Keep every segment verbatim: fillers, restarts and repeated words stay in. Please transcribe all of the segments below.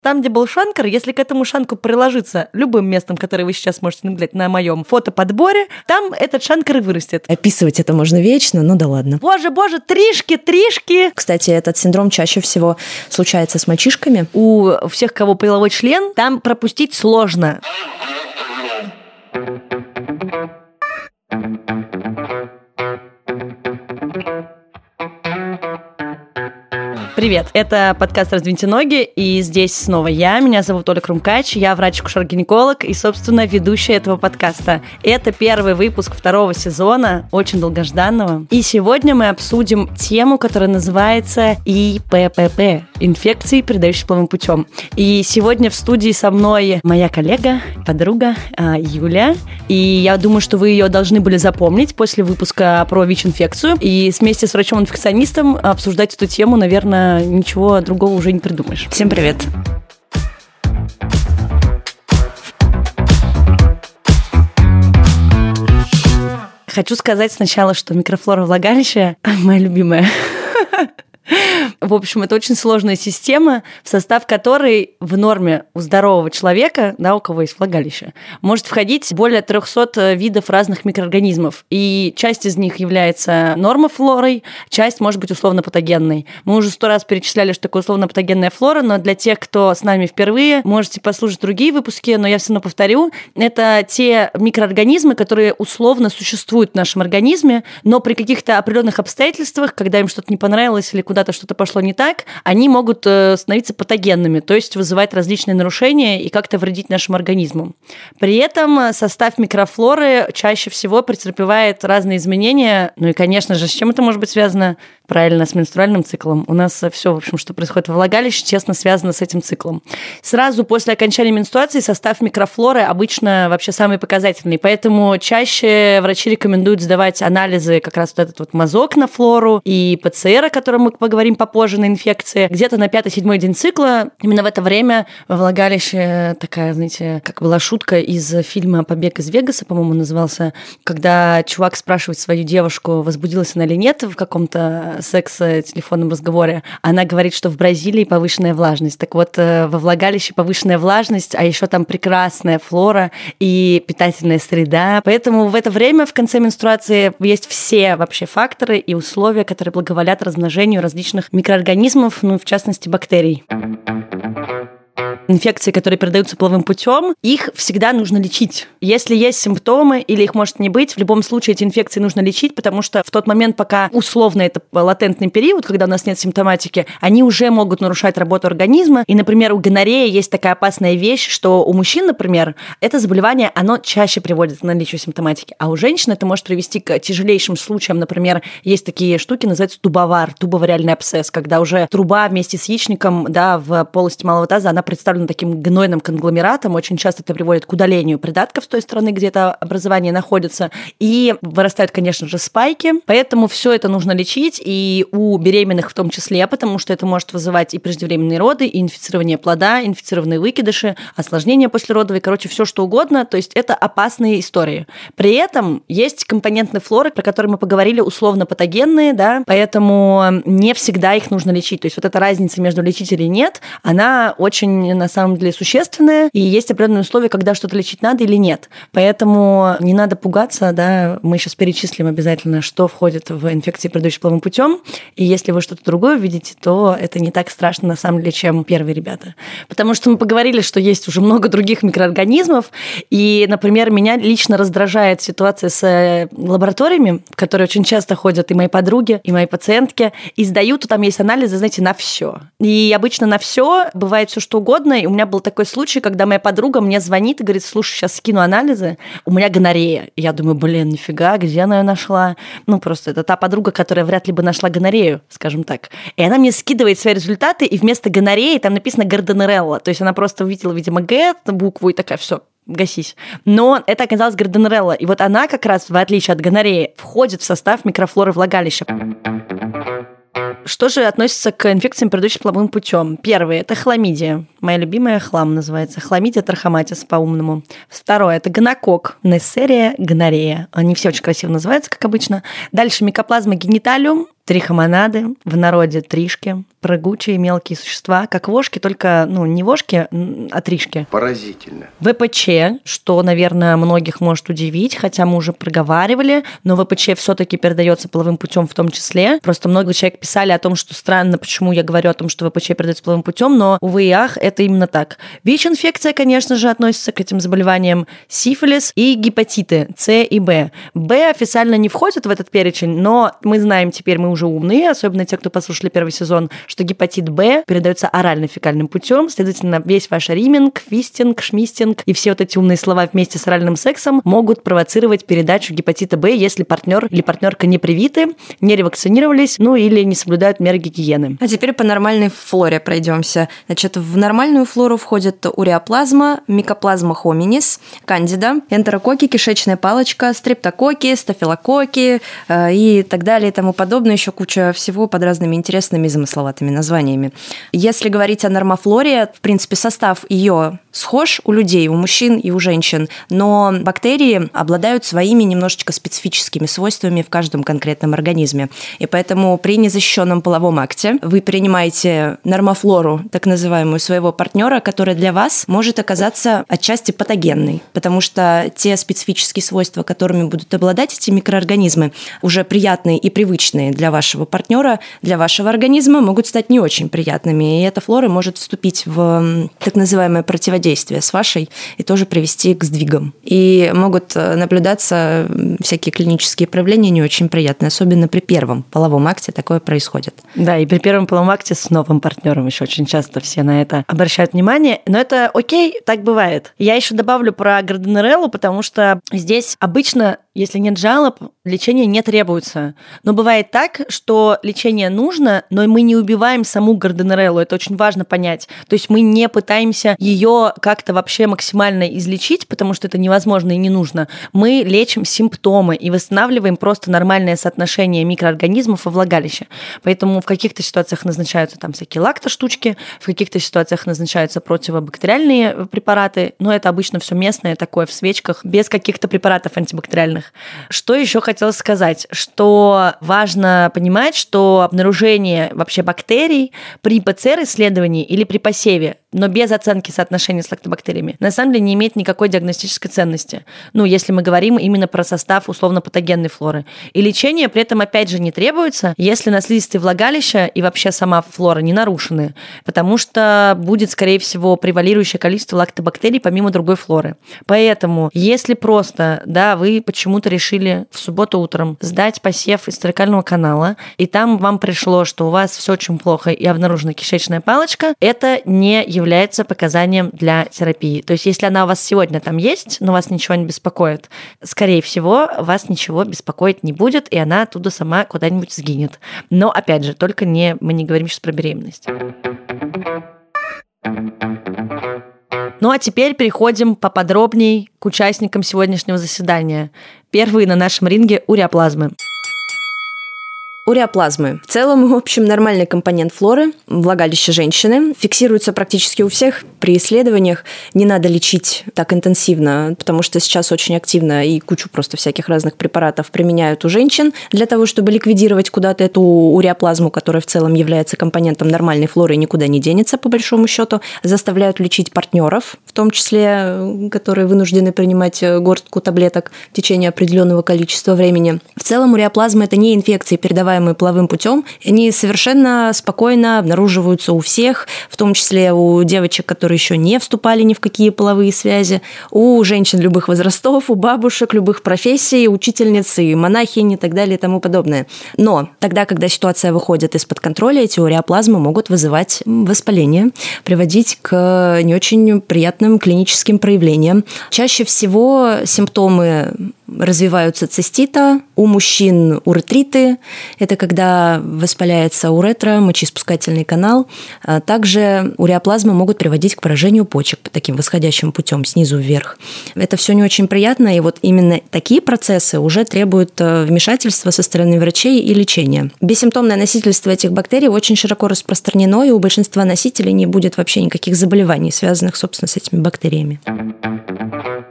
Там, где был шанкар, если к этому шанку приложиться любым местом, которое вы сейчас можете наблюдать на моем фотоподборе, там этот шанкар и вырастет. Описывать это можно вечно, ну да ладно. Боже, боже, тришки, тришки! Кстати, этот синдром чаще всего случается с мальчишками. У всех, кого половой член, там пропустить сложно. Привет, это подкаст «Раздвиньте ноги», и здесь снова я, меня зовут Оля Крумкач, я врач-акушер-гинеколог и, собственно, ведущая этого подкаста. Это первый выпуск второго сезона, очень долгожданного, и сегодня мы обсудим тему, которая называется И П П П – инфекции, передающиеся половым путем. И сегодня в студии со мной моя коллега, подруга Юля, и я думаю, что вы ее должны были запомнить после выпуска про ВИЧ-инфекцию, и вместе с врачом-инфекционистом обсуждать эту тему, наверное, ничего другого уже не придумаешь. Всем привет! Хочу сказать сначала, что микрофлора влагалища моя любимая. В общем, это очень сложная система, в состав которой в норме у здорового человека, да, у кого есть влагалище, может входить более трехсот видов разных микроорганизмов. И часть из них является нормофлорой, часть может быть условно-патогенной. Мы уже сто раз перечисляли, что такое условно-патогенная флора, но для тех, кто с нами впервые, можете послушать другие выпуски, но я все равно повторю, это те микроорганизмы, которые условно существуют в нашем организме, но при каких-то определенных обстоятельствах, когда им что-то не понравилось или куда-то что-то пошло не так, они могут становиться патогенными, то есть вызывать различные нарушения и как-то вредить нашему организму. При этом состав микрофлоры чаще всего претерпевает разные изменения. Ну и, конечно же, с чем это может быть связано? Правильно, с менструальным циклом. У нас все, в общем, что происходит во влагалище, честно, связано с этим циклом. Сразу после окончания менструации состав микрофлоры обычно вообще самый показательный, поэтому чаще врачи рекомендуют сдавать анализы, как раз вот этот вот мазок на флору и П Ц Р, о котором мы поговорим попозже, на инфекции. Где-то на пятый-седьмой день цикла, именно в это время во влагалище такая, знаете, как была шутка из фильма «Побег из Вегаса», по-моему, назывался, когда чувак спрашивает свою девушку, возбудилась она или нет в каком-то секс-телефонном разговоре. Она говорит, что в Бразилии повышенная влажность. Так вот, во влагалище повышенная влажность, а еще там прекрасная флора и питательная среда. Поэтому в это время, в конце менструации, есть все вообще факторы и условия, которые благоволят размножению различных микроорганизмов, ну, в частности, бактерий. Инфекции, которые передаются половым путем, их всегда нужно лечить. Если есть симптомы или их может не быть, в любом случае эти инфекции нужно лечить, потому что в тот момент, пока условно это латентный период, когда у нас нет симптоматики, они уже могут нарушать работу организма. И, например, у гонореи есть такая опасная вещь, что у мужчин, например, это заболевание, оно чаще приводит к наличию симптоматики, а у женщин это может привести к тяжелейшим случаям. Например, есть такие штуки, называются тубовар, тубовариальный абсцесс, когда уже труба вместе с яичником, да, в полости малого таза, она представлена таким гнойным конгломератом. Очень часто это приводит к удалению придатков с той стороны, где это образование находится. И вырастают, конечно же, спайки. Поэтому все это нужно лечить, и у беременных в том числе, потому что это может вызывать и преждевременные роды, и инфицирование плода, инфицированные выкидыши, осложнения послеродовые, короче, все что угодно. То есть это опасные истории. При этом есть компоненты флоры, про которые мы поговорили, условно патогенные, да, поэтому не всегда их нужно лечить. То есть вот эта разница между лечить или нет, она очень, на самом деле, существенная, и есть определенные условия, когда что-то лечить надо или нет. Поэтому не надо пугаться, да, мы сейчас перечислим обязательно, что входит в инфекции, передающиеся половым путем, и если вы что-то другое видите, то это не так страшно, на самом деле, чем первые ребята. Потому что мы поговорили, что есть уже много других микроорганизмов, и, например, меня лично раздражает ситуация с лабораториями, в которые очень часто ходят и мои подруги, и мои пациентки, и сдают, там есть анализы, знаете, на все. И обычно на все бывает все что угодно. И у меня был такой случай, когда моя подруга мне звонит и говорит: слушай, сейчас скину анализы, у меня гонорея. И я думаю, блин, нифига, где она ее нашла? Ну, просто это та подруга, которая вряд ли бы нашла гонорею, скажем так. И она мне скидывает свои результаты, и вместо гонореи там написано гарденерелла. То есть она просто увидела, видимо, Г, букву, и такая: все, гасись. Но это оказалось гарденерелла. И вот она как раз, в отличие от гонореи, входит в состав микрофлоры влагалища. Что же относится к инфекциям, передающимся половым путем? Первое – это хламидия. Моя любимая хлам называется. Хламидия трахоматис по-умному. Второе – это гонокок. Нессерия гонорея. Они все очень красиво называются, как обычно. Дальше микоплазма гениталиум. Трихомонады, в народе тришки, прыгучие мелкие существа, как вошки, только, ну, не вошки, а тришки. Поразительно. ВПЧ, что, наверное, многих может удивить, хотя мы уже проговаривали, но ВПЧ все-таки передается половым путем в том числе. Просто много человек писали о том, что странно, почему я говорю о том, что ВПЧ передается половым путем, но, увы и ах, это именно так. ВИЧ-инфекция, конечно же, относится к этим заболеваниям, сифилис и гепатиты С и Б. Б официально не входит в этот перечень, но мы знаем теперь, мы уже умные, особенно те, кто послушали первый сезон, что гепатит Б передается орально-фекальным путем, следовательно, весь ваш риминг, фистинг, шмистинг и все вот эти умные слова вместе с оральным сексом могут провоцировать передачу гепатита Б, если партнер или партнерка не привиты, не ревакцинировались, ну или не соблюдают меры гигиены. А теперь по нормальной флоре пройдемся. Значит, в нормальную флору входят уреоплазма, микоплазма хоминис, кандида, энтерококки, кишечная палочка, стрептококки, стафилококки э, и так далее и тому подобное. Еще куча всего под разными интересными и замысловатыми названиями. Если говорить о нормофлоре, в принципе, состав ее схож у людей, у мужчин и у женщин, но бактерии обладают своими немножечко специфическими свойствами в каждом конкретном организме. И поэтому при незащищенном половом акте вы принимаете нормофлору, так называемую, своего партнера, которая для вас может оказаться отчасти патогенной, потому что те специфические свойства, которыми будут обладать эти микроорганизмы, уже приятные и привычные для вашего партнера, для вашего организма, могут стать не очень приятными. И эта флора может вступить в так называемое противодействие с вашей и тоже привести к сдвигам. И могут наблюдаться всякие клинические проявления не очень приятные, особенно при первом половом акте такое происходит. Да, и при первом половом акте с новым партнером еще очень часто все на это обращают внимание. Но это окей, так бывает. Я еще добавлю про гарденереллу, потому что здесь обычно, если нет жалоб, лечение не требуется. Но бывает так, что лечение нужно, но мы не убиваем саму гарденереллу. Это очень важно понять. То есть мы не пытаемся ее как-то вообще максимально излечить, потому что это невозможно и не нужно. Мы лечим симптомы и восстанавливаем просто нормальное соотношение микроорганизмов во влагалище. Поэтому в каких-то ситуациях назначаются там всякие лактоштучки, в каких-то ситуациях назначаются противобактериальные препараты, но это обычно все местное такое в свечках, без каких-то препаратов антибактериальных. Что еще хотела сказать? Что важно понимать, что обнаружение вообще бактерий при ПЦР-исследовании или при посеве, но без оценки соотношения с лактобактериями, на самом деле не имеет никакой диагностической ценности. Ну, если мы говорим именно про состав условно-патогенной флоры. И лечение при этом, опять же, не требуется, если на слизистой влагалища и вообще сама флора не нарушены, потому что будет, скорее всего, превалирующее количество лактобактерий помимо другой флоры. Поэтому, если просто, да, вы почему-то решили в субботу утром сдать посев из цервикального канала, и там вам пришло, что у вас все очень плохо и обнаружена кишечная палочка, это не является показанием для терапии. То есть, если она у вас сегодня там есть, но вас ничего не беспокоит, скорее всего, вас ничего беспокоить не будет, и она оттуда сама куда-нибудь сгинет. Но, опять же, только не, мы не говорим сейчас про беременность. Ну а теперь переходим поподробней к участникам сегодняшнего заседания. Первые на нашем ринге – уреоплазмы. Уреоплазмы. В целом, в общем, нормальный компонент флоры, влагалище женщины, фиксируется практически у всех при исследованиях. Не надо лечить так интенсивно, потому что сейчас очень активно и кучу просто всяких разных препаратов применяют у женщин для того, чтобы ликвидировать куда-то эту уреоплазму, которая в целом является компонентом нормальной флоры и никуда не денется, по большому счету. Заставляют лечить партнеров, в том числе, которые вынуждены принимать горстку таблеток в течение определенного количества времени. В целом, уреоплазма – это не инфекции, передаваемые половым путем, они совершенно спокойно обнаруживаются у всех, в том числе у девочек, которые еще не вступали ни в какие половые связи, у женщин любых возрастов, у бабушек любых профессий, учительниц и монахинь и так далее и тому подобное. Но тогда, когда ситуация выходит из-под контроля, эти уреоплазмы могут вызывать воспаление, приводить к не очень приятным клиническим проявлениям. Чаще всего симптомы развиваются цистита, у мужчин уретриты, это когда воспаляется уретра, мочеиспускательный канал. Также уреоплазмы могут приводить к поражению почек по таким восходящим путем снизу вверх. Это все не очень приятно, и вот именно такие процессы уже требуют вмешательства со стороны врачей и лечения. Бессимптомное носительство этих бактерий очень широко распространено, и у большинства носителей не будет вообще никаких заболеваний, связанных, собственно, с этими бактериями.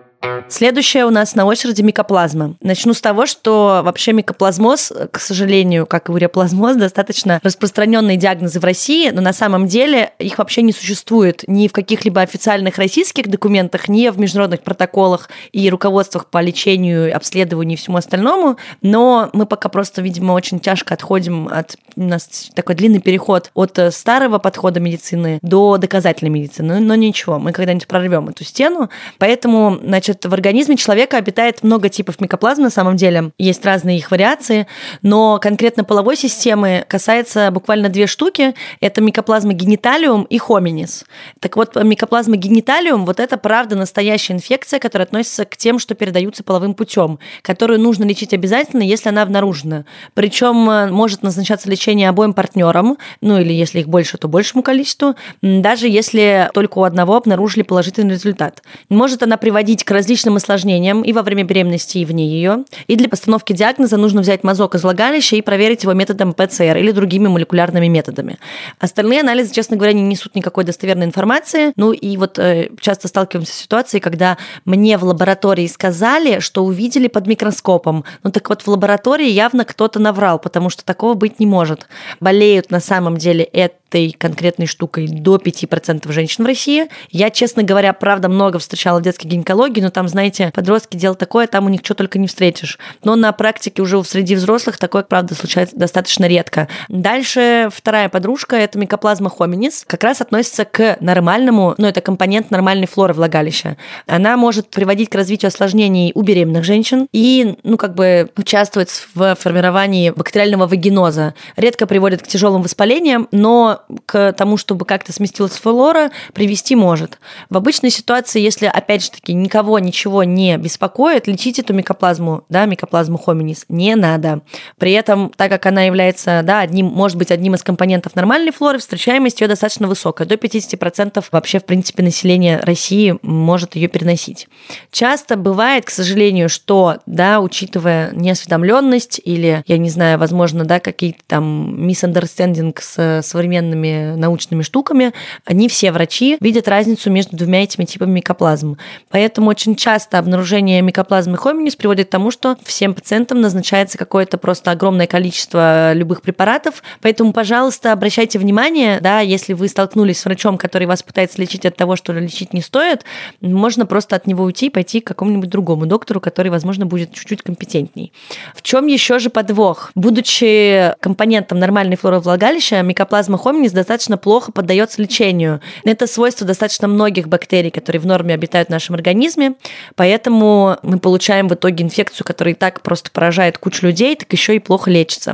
Следующее у нас на очереди микоплазма. Начну с того, что вообще микоплазмоз, к сожалению, как и уреоплазмоз, достаточно распространенные диагнозы в России, но на самом деле их вообще не существует ни в каких-либо официальных российских документах, ни в международных протоколах и руководствах по лечению, обследованию и всему остальному. Но мы пока просто, видимо, очень тяжко отходим от... У нас такой длинный переход от старого подхода медицины до доказательной медицины. Но ничего, мы когда-нибудь прорвем эту стену. Поэтому, значит, в организме человека обитает много типов микоплазмы, на самом деле. Есть разные их вариации, но конкретно половой системы касается буквально две штуки. Это микоплазма гениталиум и хоминис. Так вот, микоплазма гениталиум, вот это правда настоящая инфекция, которая относится к тем, что передаются половым путем, которую нужно лечить обязательно, если она обнаружена. Причем может назначаться лечение обоим партнерам, ну или если их больше, то большему количеству, даже если только у одного обнаружили положительный результат. Может она приводить к различным осложнениям и во время беременности, и вне ее. И для постановки диагноза нужно взять мазок из влагалища и проверить его методом ПЦР или другими молекулярными методами. Остальные анализы, честно говоря, не несут никакой достоверной информации. Ну и вот э, часто сталкиваемся с ситуацией, когда мне в лаборатории сказали, что увидели под микроскопом. Ну так вот в лаборатории явно кто-то наврал, потому что такого быть не может. Болеют на самом деле этой конкретной штукой до пяти процентов женщин в России. Я, честно говоря, правда, много встречала в детской гинекологии, но там, знаете, подростки дело такое, там у них что только не встретишь. Но на практике уже среди взрослых такое, правда, случается достаточно редко. Дальше вторая подружка – это микоплазма хоминис. Как раз относится к нормальному, ну, это компонент нормальной флоры влагалища. Она может приводить к развитию осложнений у беременных женщин и, ну, как бы участвовать в формировании бактериального вагиноза. Редко приводит к тяжелым воспалениям, но к тому, чтобы как-то сместилась флора, привести может. В обычной ситуации, если, опять же таки, никого ничего не беспокоит, лечить эту микоплазму, да, микоплазму хоминис, не надо. При этом, так как она является, да, одним, может быть, одним из компонентов нормальной флоры, встречаемость ее достаточно высокая. До пятьдесят процентов вообще, в принципе, население России может ее переносить. Часто бывает, к сожалению, что, да, учитывая неосведомленность или, я не знаю, возможно, да, какие-то там misunderstanding с современными научными штуками, не все врачи видят разницу между двумя этими типами микоплазм. Поэтому очень часто обнаружение микоплазмы хоминис приводит к тому, что всем пациентам назначается какое-то просто огромное количество любых препаратов. Поэтому, пожалуйста, обращайте внимание, да, если вы столкнулись с врачом, который вас пытается лечить от того, что лечить не стоит, можно просто от него уйти и пойти к какому-нибудь другому доктору, который, возможно, будет чуть-чуть компетентней. В чем еще же подвох? Будучи компонентом нормальной флоры влагалища, микоплазма хоминис достаточно плохо поддается лечению. Это свойство достаточно многих бактерий, которые в норме обитают в нашем организме, поэтому мы получаем в итоге инфекцию, которая и так просто поражает кучу людей, так еще и плохо лечится.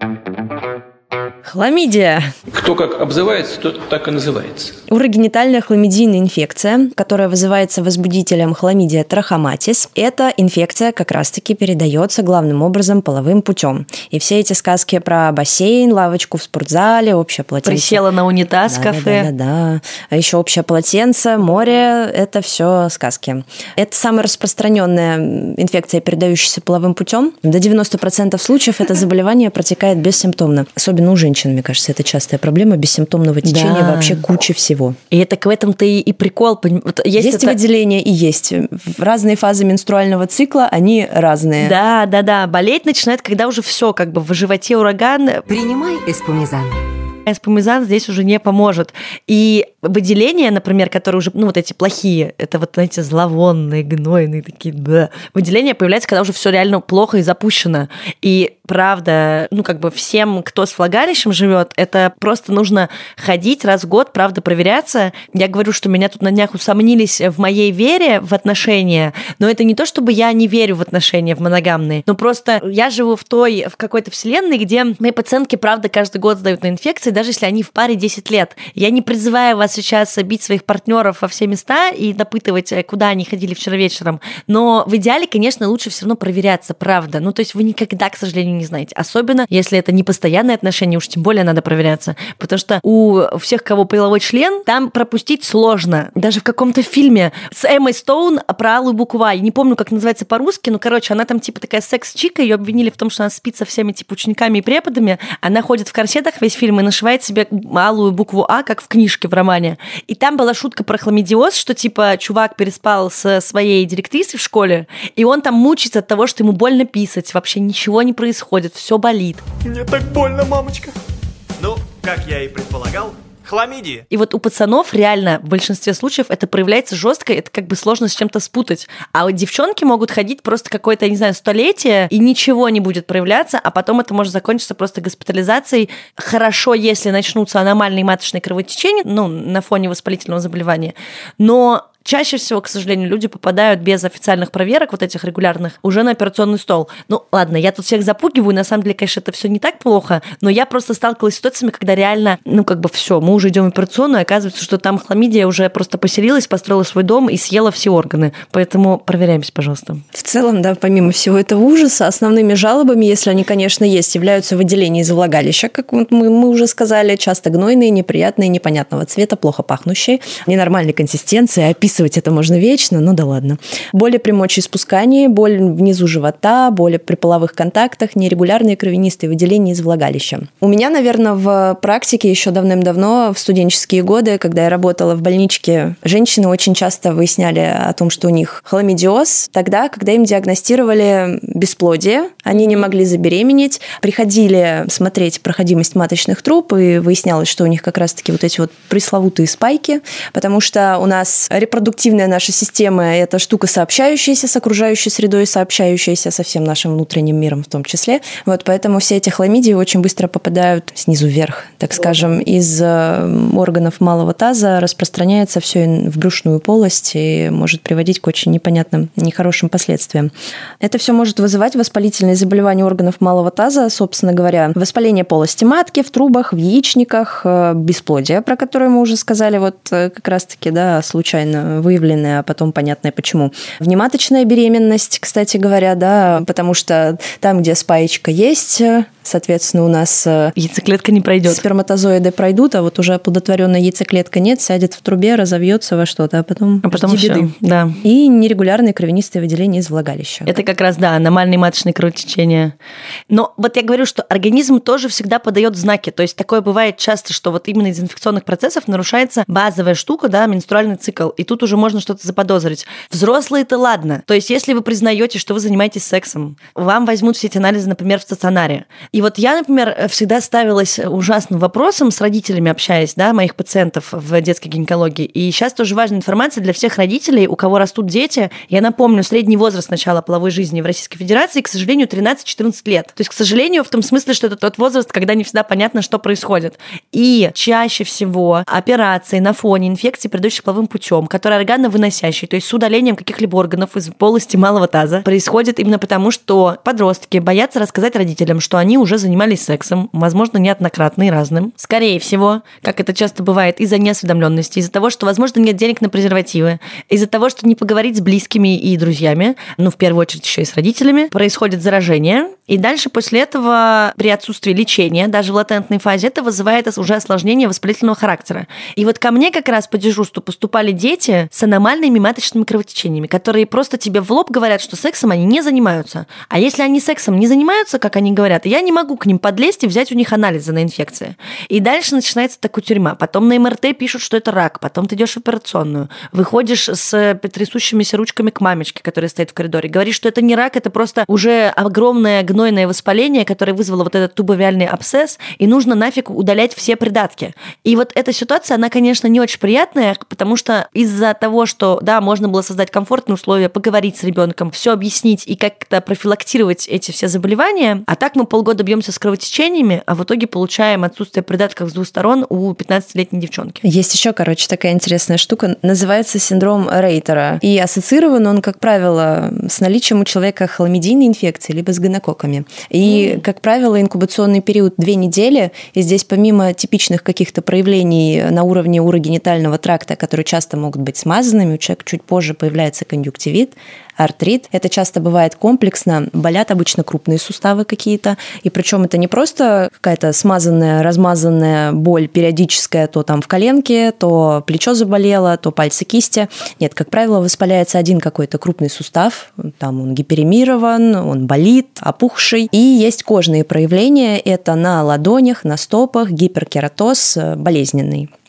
Хламидия. Кто как обзывается, тот так и называется. Урогенитальная хламидийная инфекция, которая вызывается возбудителем хламидия трахоматис, эта инфекция как раз-таки передается главным образом половым путем. И все эти сказки про бассейн, лавочку в спортзале, общее полотенце. Присела на унитаз в да, кафе. Да, да, да. А еще общее полотенце, море – это все сказки. Это самая распространенная инфекция, передающаяся половым путем. До девяноста процентов случаев это заболевание протекает бессимптомно, особенно у женщин. Мне кажется, это частая проблема бессимптомного течения, да. Вообще куча всего. И это в этом-то и, и прикол. Вот есть есть это... выделения и есть. В разные фазы менструального цикла они разные. Да, да, да. Болеть начинает, когда уже все, как бы в животе ураган. Принимай эспумизан. Эспумизан здесь уже не поможет. И выделения, например, которые уже, ну, вот эти плохие, это вот, знаете, зловонные, гнойные такие, да. Выделения появляются, когда уже все реально плохо и запущено. И правда, ну, как бы всем, кто с влагалищем живет, это просто нужно ходить раз в год, правда, проверяться. Я говорю, что меня тут на днях усомнились в моей вере в отношения, но это не то, чтобы я не верю в отношения, в моногамные, но просто я живу в той, в какой-то вселенной, где мои пациентки, правда, каждый год сдают на инфекции, даже если они в паре десять лет. Я не призываю вас сейчас бить своих партнеров во все места и допытывать, куда они ходили вчера вечером, но в идеале, конечно, лучше все равно проверяться, правда. Ну, то есть вы никогда, к сожалению, не знаете. Особенно, если это не постоянные отношения, уж тем более надо проверяться. Потому что у всех, кого половой член, там пропустить сложно. Даже в каком-то фильме с Эммой Стоун про алую букву А. Я не помню, как называется по-русски, но, короче, она там типа такая секс-чика, ее обвинили в том, что она спит со всеми типа учениками и преподами. Она ходит в корсетах весь фильм и нашивает себе алую букву А, как в книжке, в романе. заболевания. И там была шутка про хламидиоз, что типа чувак переспал со своей директрисой в школе, и он там мучается от того, что ему больно писать, вообще ничего не происходит, все болит. Мне так больно, мамочка. Ну, как я и предполагал, хламидия. И вот у пацанов реально в большинстве случаев это проявляется жестко, это как бы сложно с чем-то спутать. А вот девчонки могут ходить просто какое-то, я не знаю, столетие, и ничего не будет проявляться, а потом это может закончиться просто госпитализацией. Хорошо, если начнутся аномальные маточные кровотечения, ну, на фоне воспалительного заболевания, но чаще всего, к сожалению, люди попадают без официальных проверок, вот этих регулярных, уже на операционный стол. Ну, ладно, я тут всех запугиваю, на самом деле, конечно, это все не так плохо, но я просто сталкивалась с ситуациями, когда реально, ну, как бы все, мы уже идем в операционную, и оказывается, что там хламидия уже просто поселилась, построила свой дом и съела все органы. Поэтому проверяемся, пожалуйста. В целом, да, помимо всего этого ужаса, основными жалобами, если они, конечно, есть, являются выделения из влагалища, как мы, мы уже сказали, часто гнойные, неприятные, непонятного цвета, плохо пахнущие, ненормальной консистенции, описываются. Это можно вечно, ну да ладно. Боли при мочеиспускании, боль внизу живота, боли при половых контактах, нерегулярные кровянистые выделения из влагалища. У меня, наверное, в практике еще давным-давно, в студенческие годы, когда я работала в больничке, женщины очень часто выясняли о том, что у них хламидиоз, тогда, когда им диагностировали бесплодие, они не могли забеременеть, приходили смотреть проходимость маточных труб, и выяснялось, что у них как раз-таки вот эти вот пресловутые спайки, потому что у нас репродуктивная наша система – это штука, сообщающаяся с окружающей средой, сообщающаяся со всем нашим внутренним миром в том числе. Вот поэтому все эти хламидии очень быстро попадают снизу вверх, так скажем, из органов малого таза, распространяется все в брюшную полость и может приводить к очень непонятным, нехорошим последствиям. Это все может вызывать воспалительные заболевания органов малого таза, собственно говоря, воспаление полости матки, в трубах, в яичниках, бесплодие, про которое мы уже сказали, вот как раз-таки, да, случайно выявленная, а потом понятное почему. Внематочная беременность, кстати говоря, да, потому что там, где спаечка есть, соответственно, у нас яйцеклетка не пройдет. Сперматозоиды пройдут, а вот уже оплодотворенная яйцеклетка нет, сядет в трубе, разовьется во что-то, а потом, а потом все, беды. Да. И нерегулярные кровянистые выделения из влагалища. Это как раз, да, аномальные маточные кровотечения. Но вот я говорю, что организм тоже всегда подает знаки. То есть такое бывает часто, что вот именно из инфекционных процессов нарушается базовая штука, да, менструальный цикл. И тут уже можно что-то заподозрить. Взрослые-то ладно. То есть если вы признаете, что вы занимаетесь сексом, вам возьмут все эти анализы, например, в стационаре. И вот я, например, всегда ставилась ужасным вопросом с родителями, общаясь, да, моих пациентов в детской гинекологии. И сейчас тоже важная информация для всех родителей, у кого растут дети. Я напомню, средний возраст начала половой жизни в Российской Федерации, к сожалению, тринадцать-четырнадцать лет. То есть, к сожалению, в том смысле, что это тот возраст, когда не всегда понятно, что происходит. И чаще всего операции на фоне инфекций, передающих половым путем, которые органовыносящие, то есть с удалением каких-либо органов из полости малого таза, происходит именно потому, что подростки боятся рассказать родителям, что они уже занимались сексом, возможно, неоднократно и разным. Скорее всего, как это часто бывает, из-за неосведомленности, из-за того, что, возможно, нет денег на презервативы, из-за того, что не поговорить с близкими и друзьями, ну, в первую очередь еще и с родителями, происходит заражение, и дальше после этого, при отсутствии лечения, даже в латентной фазе, это вызывает уже осложнение воспалительного характера. И вот ко мне как раз по дежурству поступали дети с аномальными маточными кровотечениями, которые просто тебе в лоб говорят, что сексом они не занимаются. А если они сексом не занимаются, как они говорят, я не могу к ним подлезть и взять у них анализы на инфекции. И дальше начинается такая тюрьма. Потом на эм эр тэ пишут, что это рак. Потом ты идешь в операционную. Выходишь с трясущимися ручками к мамечке, которая стоит в коридоре. Говоришь, что это не рак, это просто уже огромное гнойное воспаление, которое вызвало вот этот тубовиальный абсцесс, и нужно нафиг удалять все придатки. И вот эта ситуация, она, конечно, не очень приятная, потому что из-за того, что, да, можно было создать комфортные условия, поговорить с ребенком, все объяснить и как-то профилактировать эти все заболевания, а так мы полгода бьемся с кровотечениями, а в итоге получаем отсутствие придатков с двух сторон у пятнадцатилетней девчонки. Есть еще, короче, такая интересная штука, называется синдром Рейтера. И ассоциирован он, как правило, с наличием у человека хламидийной инфекции, либо с гонококками. И, mm. как правило, инкубационный период две недели, и здесь помимо типичных каких-то проявлений на уровне урогенитального тракта, которые часто могут быть смазанными, у человека чуть позже появляется конъюнктивит, артрит. Это часто бывает комплексно, болят обычно крупные суставы какие-то, и причем это не просто какая-то смазанная, размазанная боль периодическая, то там в коленке, то плечо заболело, то пальцы кисти. Нет, как правило, воспаляется один какой-то крупный сустав, там он гиперемирован, он болит, опухший, и есть кожные проявления, это на ладонях, на стопах, гиперкератоз болезненный.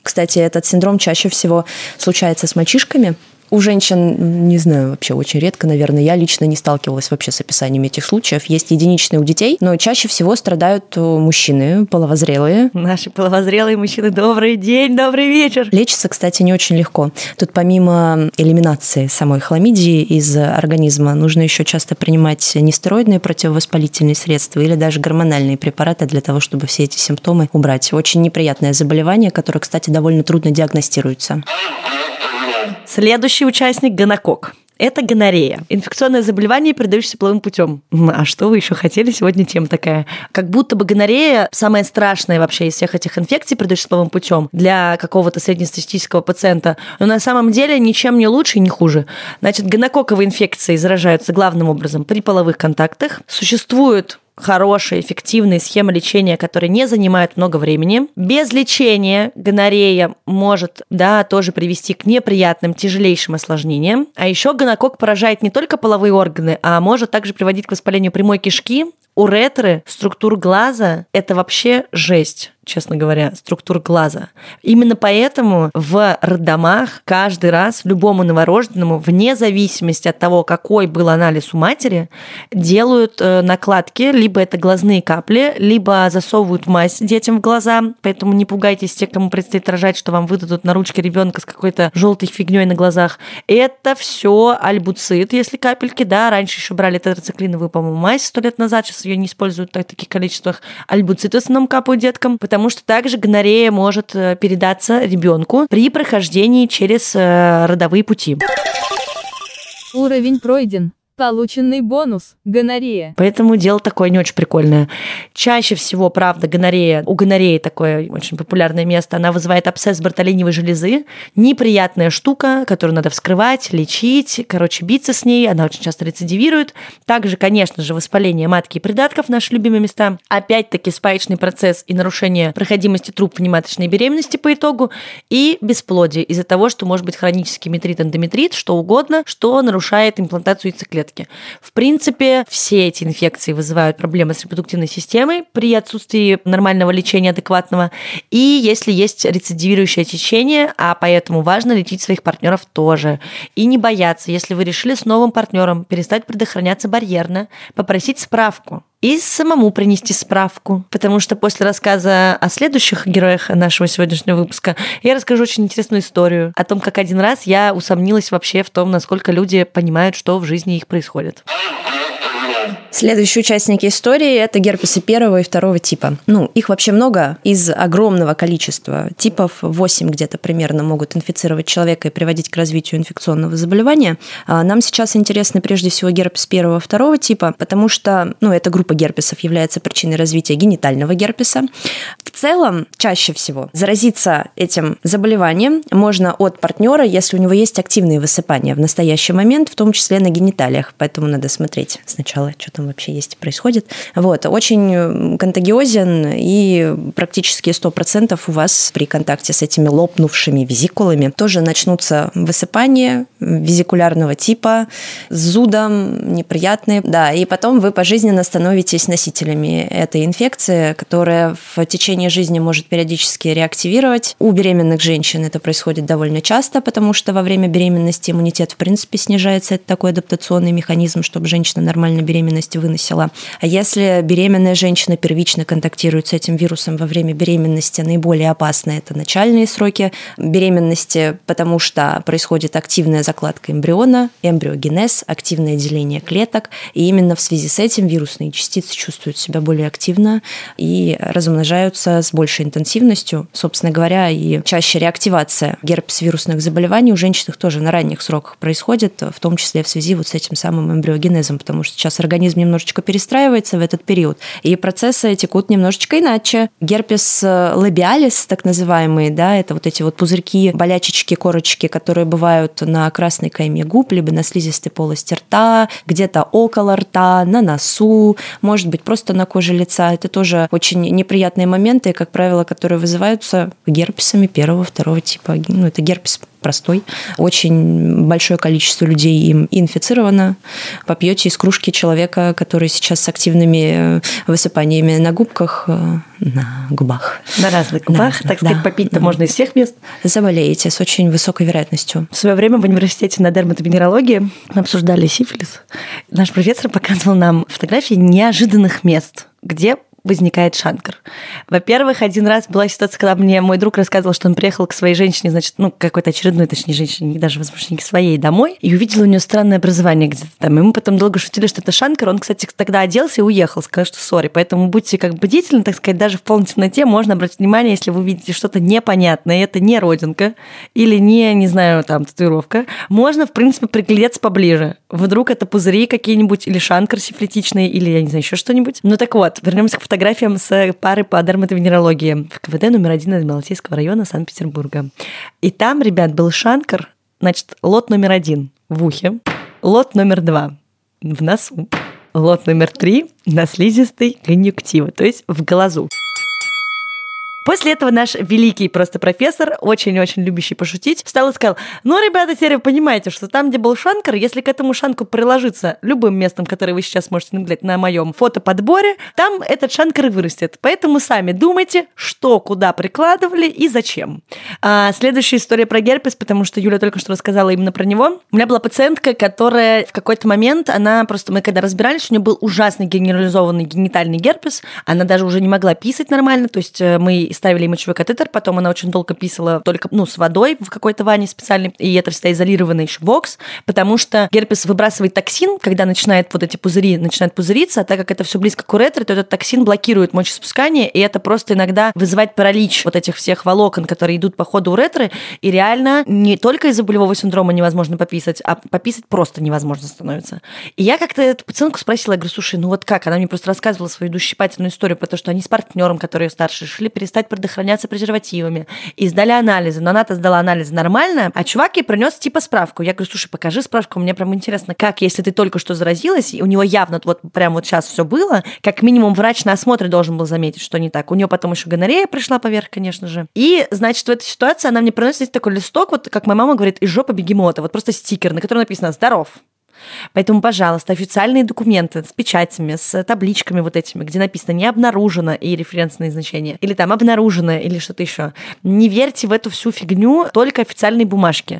Кстати, этот синдром чаще всего случается с мальчишками. У женщин, не знаю, вообще очень редко, наверное. Я лично не сталкивалась вообще с описаниями этих случаев. Есть единичные у детей, но чаще всего страдают мужчины, половозрелые. Наши половозрелые мужчины, добрый день, добрый вечер. Лечится, кстати, не очень легко. Тут помимо элиминации самой хламидии из организма, нужно еще часто принимать нестероидные противовоспалительные средства или даже гормональные препараты для того, чтобы все эти симптомы убрать. Очень неприятное заболевание, которое, кстати, довольно трудно диагностируется. Следующий участник – гонокок. Это гонорея. Инфекционное заболевание, передающееся половым путем. А что вы еще хотели? Сегодня тема такая. Как будто бы гонорея самая страшная вообще из всех этих инфекций, передающихся половым путем для какого-то среднестатистического пациента. Но на самом деле ничем не лучше и не хуже. Значит, гонококковые инфекции заражаются главным образом при половых контактах. Существует хорошая, эффективная схема лечения, которая не занимает много времени. Без лечения гонорея может, да, тоже привести к неприятным, тяжелейшим осложнениям. А еще гонокок поражает не только половые органы, а может также приводить к воспалению прямой кишки, уретры, структур глаза. Это вообще жесть, честно говоря, структур глаза. Именно поэтому в роддомах каждый раз любому новорожденному, вне зависимости от того, какой был анализ у матери, делают накладки, либо это глазные капли, либо засовывают мазь детям в глаза. Поэтому не пугайтесь те, кому предстоит рожать, что вам выдадут на ручке ребенка с какой-то желтой фигней на глазах. Это все альбуцит, если капельки, да, раньше еще брали тетрациклиновую, по-моему, мазь сто лет назад, сейчас ее не используют в таких количествах. Альбуцит в основном капают деткам, потому что также гонорея может передаться ребенку при прохождении через родовые пути. Уровень пройден. Полученный бонус – гонорея. Поэтому дело такое не очень прикольное. Чаще всего, правда, гонорея, у гонореи такое очень популярное место, она вызывает абсцесс бартолиневой железы. Неприятная штука, которую надо вскрывать, лечить, короче, биться с ней. Она очень часто рецидивирует. Также, конечно же, воспаление матки и придатков, наши любимые места. Опять-таки, спаечный процесс и нарушение проходимости труб внематочной беременности по итогу. И бесплодие из-за того, что может быть хронический метрит, эндометрит, что угодно, что нарушает имплантацию яйцеклетки. В принципе, все эти инфекции вызывают проблемы с репродуктивной системой при отсутствии нормального лечения адекватного и если есть рецидивирующее течение, а поэтому важно лечить своих партнеров тоже. И не бояться, если вы решили с новым партнером перестать предохраняться барьерно, попросить справку. И самому принести справку, потому что после рассказа о следующих героях нашего сегодняшнего выпуска я расскажу очень интересную историю о том, как один раз я усомнилась вообще в том, насколько люди понимают, что в жизни их происходит. Следующие участники истории – это герпесы первого и второго типа. Ну, их вообще много. Из огромного количества типов, восемь где-то примерно, могут инфицировать человека и приводить к развитию инфекционного заболевания. Нам сейчас интересны прежде всего герпес первого и второго типа, потому что, ну, эта группа герпесов является причиной развития генитального герпеса. В целом, чаще всего заразиться этим заболеванием можно от партнера, если у него есть активные высыпания в настоящий момент, в том числе на гениталиях. Поэтому надо смотреть сначала, что там вообще есть и происходит. Вот. Очень контагиозен, и практически сто процентов у вас при контакте с этими лопнувшими визикулами тоже начнутся высыпания визикулярного типа с зудом, неприятные. Да, и потом вы пожизненно становитесь носителями этой инфекции, которая в течение жизни может периодически реактивировать. У беременных женщин это происходит довольно часто, потому что во время беременности иммунитет в принципе снижается. Это такой адаптационный механизм, чтобы женщина нормально беременность выносила. А если беременная женщина первично контактирует с этим вирусом во время беременности, наиболее опасно это начальные сроки беременности, потому что происходит активная закладка эмбриона, эмбриогенез, активное деление клеток, и именно в связи с этим вирусные частицы чувствуют себя более активно и размножаются с большей интенсивностью. Собственно говоря, и чаще реактивация герпес-вирусных заболеваний у женщин тоже на ранних сроках происходит, в том числе в связи вот с этим самым эмбриогенезом, потому что сейчас организм немножечко перестраивается в этот период, и процессы текут немножечко иначе. Герпес лабиалис, так называемый, да, это вот эти вот пузырьки, болячечки, корочки, которые бывают на красной кайме губ, либо на слизистой полости рта, где-то около рта, на носу, может быть, просто на коже лица. Это тоже очень неприятные моменты, как правило, которые вызываются герпесами первого, второго типа. Ну, это герпес простой. Очень большое количество людей им инфицировано. Попьете из кружки человека, который сейчас с активными высыпаниями на губках, на губах. На разных губах, да, так сказать, да, попить-то да. можно из всех мест. Заболеете с очень высокой вероятностью. В свое время в университете на дерматовенерологии мы обсуждали сифилис. Наш профессор показывал нам фотографии неожиданных мест, где возникает шанкар. Во-первых, один раз была ситуация, когда мне мой друг рассказывал, что он приехал к своей женщине, значит, ну, какой-то очередной, точнее, женщине, даже, возможно, не к своей, домой, и увидел у нее странное образование где-то там. И мы потом долго шутили, что это шанкар. Он, кстати, тогда оделся и уехал, сказал, что сори. Поэтому будьте как бы бдительны, так сказать, даже в полной темноте можно обратить внимание, если вы видите что-то непонятное, это не родинка или не, не знаю, там, татуировка. Можно, в принципе, приглядеться поближе. Вдруг это пузыри какие-нибудь или шанкар сифлитичный, или, я не знаю, еще что-нибудь. Ну так вот, вернемся к фотографиям с пары по дерматовенерологии в КВД номер один Адмиралтейского района Санкт-Петербурга. И там, ребят, был шанкар, значит, лот номер один в ухе, лот номер два в носу, лот номер три на слизистой конъюнктивы, то есть в глазу. После этого наш великий просто профессор, очень-очень любящий пошутить, встал и сказал: ну, ребята, теперь вы понимаете, что там, где был шанкар, если к этому шанку приложиться любым местом, которое вы сейчас можете наблюдать на моем фотоподборе, там этот шанкар и вырастет. Поэтому сами думайте, что куда прикладывали и зачем. А следующая история про герпес, потому что Юля только что рассказала именно про него. У меня была пациентка, которая в какой-то момент, она просто, мы когда разбирались, у нее был ужасный генерализованный генитальный герпес, она даже уже не могла писать нормально, то есть мы ставили ей мочевой катетер, потом она очень долго писала только, ну, с водой в какой-то ванне специальной, и это всегда изолированный еще бокс, потому что герпес выбрасывает токсин, когда начинает вот эти пузыри, начинают пузыриться, а так как это все близко к уретры, то этот токсин блокирует мочеспускание, и это просто иногда вызывает паралич вот этих всех волокон, которые идут по ходу уретры, и реально не только из-за болевого синдрома невозможно пописать, а пописать просто невозможно становится. И я как-то эту пациентку спросила, я говорю: слушай, ну вот как? Она мне просто рассказывала свою душещипательную историю про то, что они с партнером, который старше, решили перестать предохраняться презервативами, и сдали анализы, но она-то сдала анализы нормально, а чувак ей принес типа справку. Я говорю: слушай, покажи справку, мне прям интересно, как, если ты только что заразилась, и у него явно вот прям вот сейчас все было, как минимум врач на осмотре должен был заметить, что не так. У нее потом еще гонорея пришла поверх, конечно же. И, значит, в этой ситуации она мне приносит такой листок, вот как моя мама говорит, из жопы бегемота, вот просто стикер, на котором написано «Здоров». Поэтому, пожалуйста, официальные документы с печатями, с табличками вот этими, где написано «не обнаружено» и референсные значения, или там «обнаружено» или что-то еще. Не верьте в эту всю фигню, только официальные бумажки.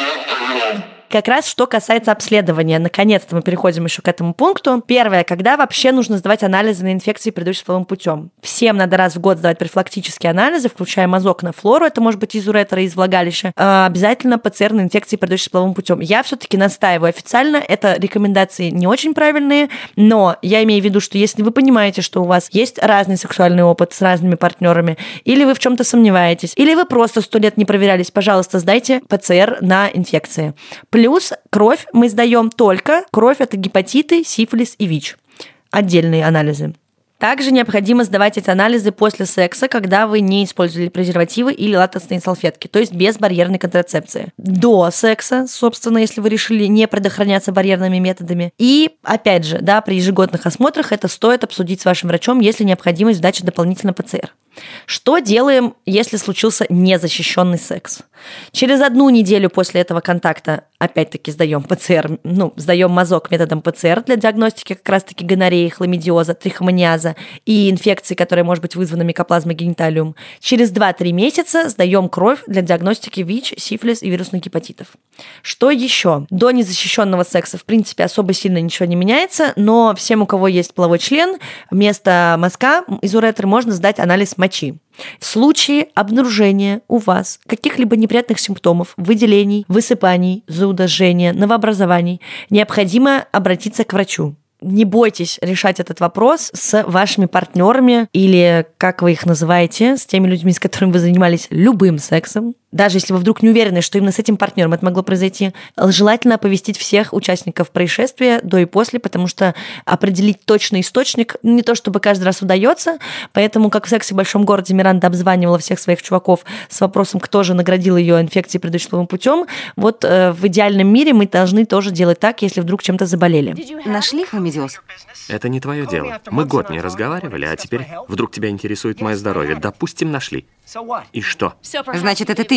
Как раз что касается обследования. Наконец-то мы переходим еще к этому пункту. Первое. Когда вообще нужно сдавать анализы на инфекции, передающиеся половым путем? Всем надо раз в год сдавать профилактические анализы, включая мазок на флору, это может быть из уретры, из влагалища. А обязательно ПЦР на инфекции, передающиеся половым путем. Я все-таки настаиваю официально. Это рекомендации не очень правильные, но я имею в виду, что если вы понимаете, что у вас есть разный сексуальный опыт с разными партнерами, или вы в чем-то сомневаетесь, или вы просто сто лет не проверялись, пожалуйста, сдайте ПЦР на инфекции. Плюс кровь мы сдаем только кровь – это гепатиты, сифилис и ВИЧ. Отдельные анализы. Также необходимо сдавать эти анализы после секса, когда вы не использовали презервативы или латексные салфетки, то есть без барьерной контрацепции. До секса, собственно, если вы решили не предохраняться барьерными методами. И, опять же, да, при ежегодных осмотрах это стоит обсудить с вашим врачом, если необходимость сдачи дополнительно ПЦР. Что делаем, если случился незащищенный секс? Через одну неделю после этого контакта опять-таки сдаем ПЦР, ну, сдаем мазок методом ПЦР для диагностики как раз-таки гонореи, хламидиоза, трихомониаза и инфекции, которые может быть вызваны микоплазмой гениталиум. Через два-три месяца сдаем кровь для диагностики ВИЧ, сифилис и вирусных гепатитов. Что еще? До незащищенного секса, в принципе, особо сильно ничего не меняется, но всем, у кого есть половой член, вместо мазка из уретры можно сдать анализ мочи. В случае обнаружения у вас каких-либо неприятных симптомов, выделений, высыпаний, зуда, жжения, новообразований, необходимо обратиться к врачу. Не бойтесь решать этот вопрос с вашими партнерами или, как вы их называете, с теми людьми, с которыми вы занимались любым сексом. Даже если вы вдруг не уверены, что именно с этим партнером это могло произойти, желательно оповестить всех участников происшествия до и после, потому что определить точный источник не то чтобы каждый раз удается, поэтому, как в «Сексе в большом городе» Миранда обзванивала всех своих чуваков с вопросом, кто же наградил ее инфекцией, передающей половым путем, вот э, в идеальном мире мы должны тоже делать так, если вдруг чем-то заболели. Нашли хламидиоз? Это не твое дело. Мы год не разговаривали, а теперь вдруг тебя интересует мое здоровье. Допустим, нашли. И что? Значит, это ты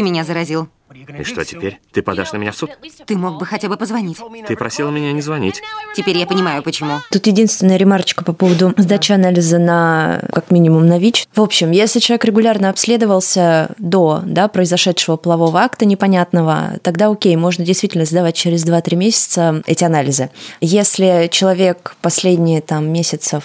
Ты меня заразил. И что теперь? Ты подашь на меня в суд? Ты мог бы хотя бы позвонить. Ты просила меня не звонить. Теперь я понимаю, почему. Тут единственная ремарочка по поводу сдачи анализа на, как минимум, на ВИЧ. В общем, если человек регулярно обследовался до, да, произошедшего полового акта непонятного, тогда окей, можно действительно сдавать через два-три месяца эти анализы. Если человек последние там месяцев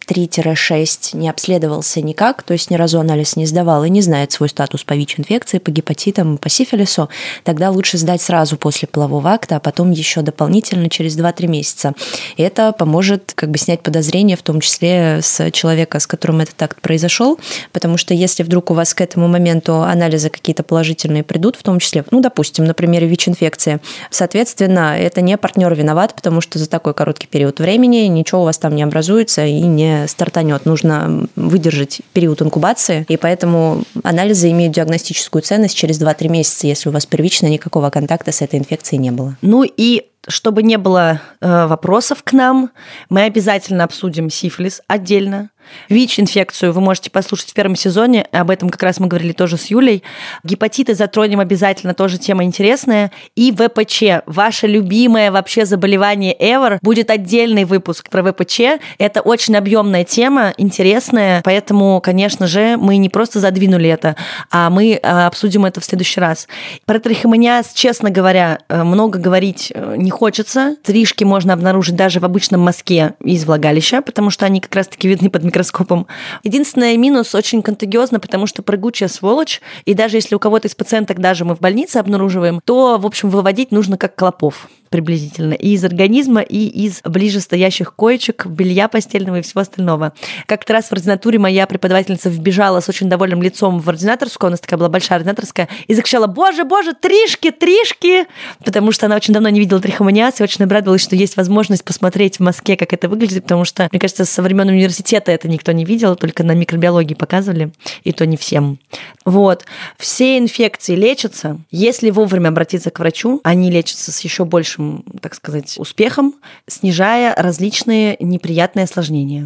три-шесть не обследовался никак, то есть ни разу анализ не сдавал и не знает свой статус по ВИЧ-инфекции, по гепатитам, по сифилису, тогда лучше сдать сразу после полового акта, а потом еще дополнительно через два-три месяца. И это поможет как бы снять подозрения, в том числе с человека, с которым этот акт произошел, потому что если вдруг у вас к этому моменту анализы какие-то положительные придут, в том числе, ну, допустим, на примере ВИЧ-инфекции, соответственно, это не партнер виноват, потому что за такой короткий период времени ничего у вас там не образуется и не стартанет. Нужно выдержать период инкубации, и поэтому анализы имеют диагностическую ценность через два-три месяца, если у вас первично никакого контакта с этой инфекцией не было. Ну и чтобы не было э, вопросов к нам, мы обязательно обсудим сифилис отдельно. ВИЧ-инфекцию вы можете послушать в первом сезоне, об этом как раз мы говорили тоже с Юлей. Гепатиты затронем обязательно, тоже тема интересная. И ВПЧ, ваше любимое вообще заболевание ever, будет отдельный выпуск про ВПЧ. Это очень объемная тема, интересная, поэтому, конечно же, мы не просто задвинули это, а мы обсудим это в следующий раз. Про трихомониаз, честно говоря, много говорить не хочется. Стрижки можно обнаружить даже в обычном мазке из влагалища, потому что они как раз-таки видны под микроскопом. Единственный минус, очень контагиозно, потому что прыгучая сволочь, и даже если у кого-то из пациенток даже мы в больнице обнаруживаем, то, в общем, выводить нужно как клопов приблизительно, и из организма, и из ближе стоящих коечек, белья постельного и всего остального. Как-то раз в ординатуре моя преподавательница вбежала с очень довольным лицом в ординаторскую, у нас такая была большая ординаторская, и закричала: «Боже, боже, тришки, тришки!» Потому что она очень давно не видела трихомониаз и очень обрадовалась, что есть возможность посмотреть в мазке, как это выглядит, потому что, мне кажется, со времен университета это никто не видел, только на микробиологии показывали, и то не всем. Вот. Все инфекции лечатся. Если вовремя обратиться к врачу, они лечатся с еще большим, так сказать, успехом, снижая различные неприятные осложнения.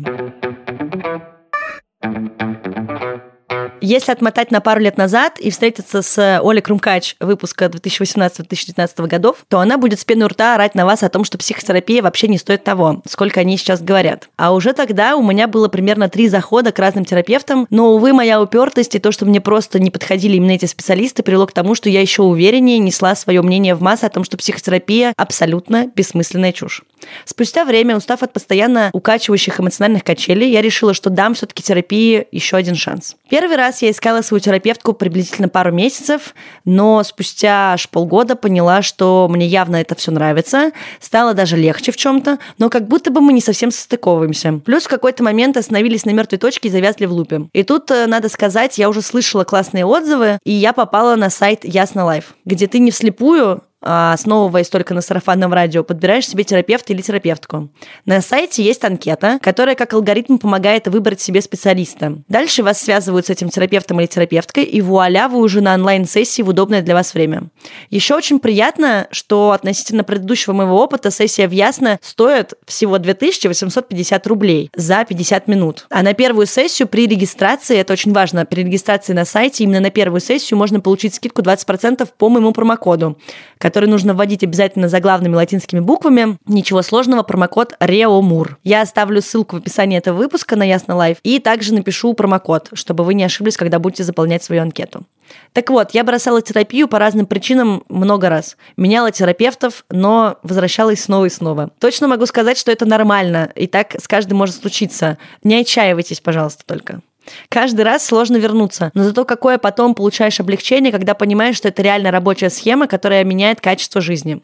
Если отмотать на пару лет назад и встретиться с Олей Крумкач выпуска две тысячи восемнадцатого — две тысячи девятнадцатого годов, то она будет с пеной у рта орать на вас о том, что психотерапия вообще не стоит того, сколько они сейчас говорят. А уже тогда у меня было примерно три захода к разным терапевтам, но, увы, моя упертость и то, что мне просто не подходили именно эти специалисты, привело к тому, что я еще увереннее несла свое мнение в массы о том, что психотерапия абсолютно бессмысленная чушь. Спустя время, устав от постоянно укачивающих эмоциональных качелей, я решила, что дам все-таки терапии еще один шанс. Первый раз я искала свою терапевтку приблизительно пару месяцев, но спустя аж полгода поняла, что мне явно это все нравится, стало даже легче в чем-то, но как будто бы мы не совсем состыковываемся. Плюс в какой-то момент остановились на мертвой точке и завязли в лупе. И тут, надо сказать, я уже слышала классные отзывы, и я попала на сайт Ясно Лайф, где ты не вслепую, основываясь только на сарафанном радио, подбираешь себе терапевта или терапевтку. На сайте есть анкета, которая как алгоритм помогает выбрать себе специалиста. Дальше вас связывают с этим терапевтом или терапевткой, и вуаля, вы уже на онлайн-сессии в удобное для вас время. Еще очень приятно, что относительно предыдущего моего опыта сессия в Ясно стоит всего две тысячи восемьсот пятьдесят рублей за пятьдесят минут. А на первую сессию при регистрации, это очень важно, при регистрации на сайте, именно на первую сессию можно получить скидку двадцать процентов по моему промокоду, который нужно вводить обязательно заглавными латинскими буквами. Ничего сложного, промокод РЕОМУР. Я оставлю ссылку в описании этого выпуска на Ясно Лайф и также напишу промокод, чтобы вы не ошиблись, когда будете заполнять свою анкету. Так вот, я бросала терапию по разным причинам много раз. Меняла терапевтов, но возвращалась снова и снова. Точно могу сказать, что это нормально, и так с каждым может случиться. Не отчаивайтесь, пожалуйста, только. Каждый раз сложно вернуться, но зато какое потом получаешь облегчение, когда понимаешь, что это реально рабочая схема, которая меняет качество жизни.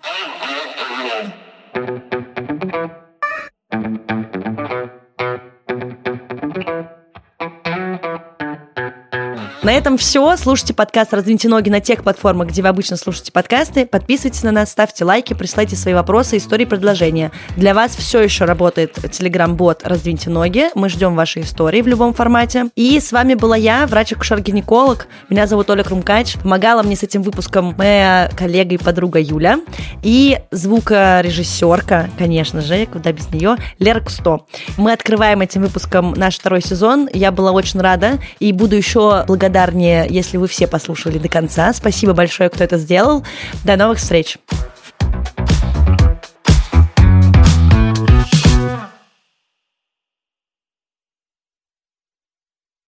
На этом все. Слушайте подкаст «Раздвиньте ноги» на тех платформах, где вы обычно слушаете подкасты. Подписывайтесь на нас, ставьте лайки, присылайте свои вопросы, истории, предложения. Для вас все еще работает телеграм-бот «Раздвиньте ноги». Мы ждем ваши истории в любом формате. И с вами была я, врач-акушер-гинеколог. Меня зовут Оля Крумкач. Помогала мне с этим выпуском моя коллега и подруга Юля. И звукорежиссерка, конечно же, куда без нее, Лера Кусто. Мы открываем этим выпуском наш второй сезон. Я была очень рада и буду еще благодарна благодарнее, если вы все послушали до конца. Спасибо большое, кто это сделал. До новых встреч!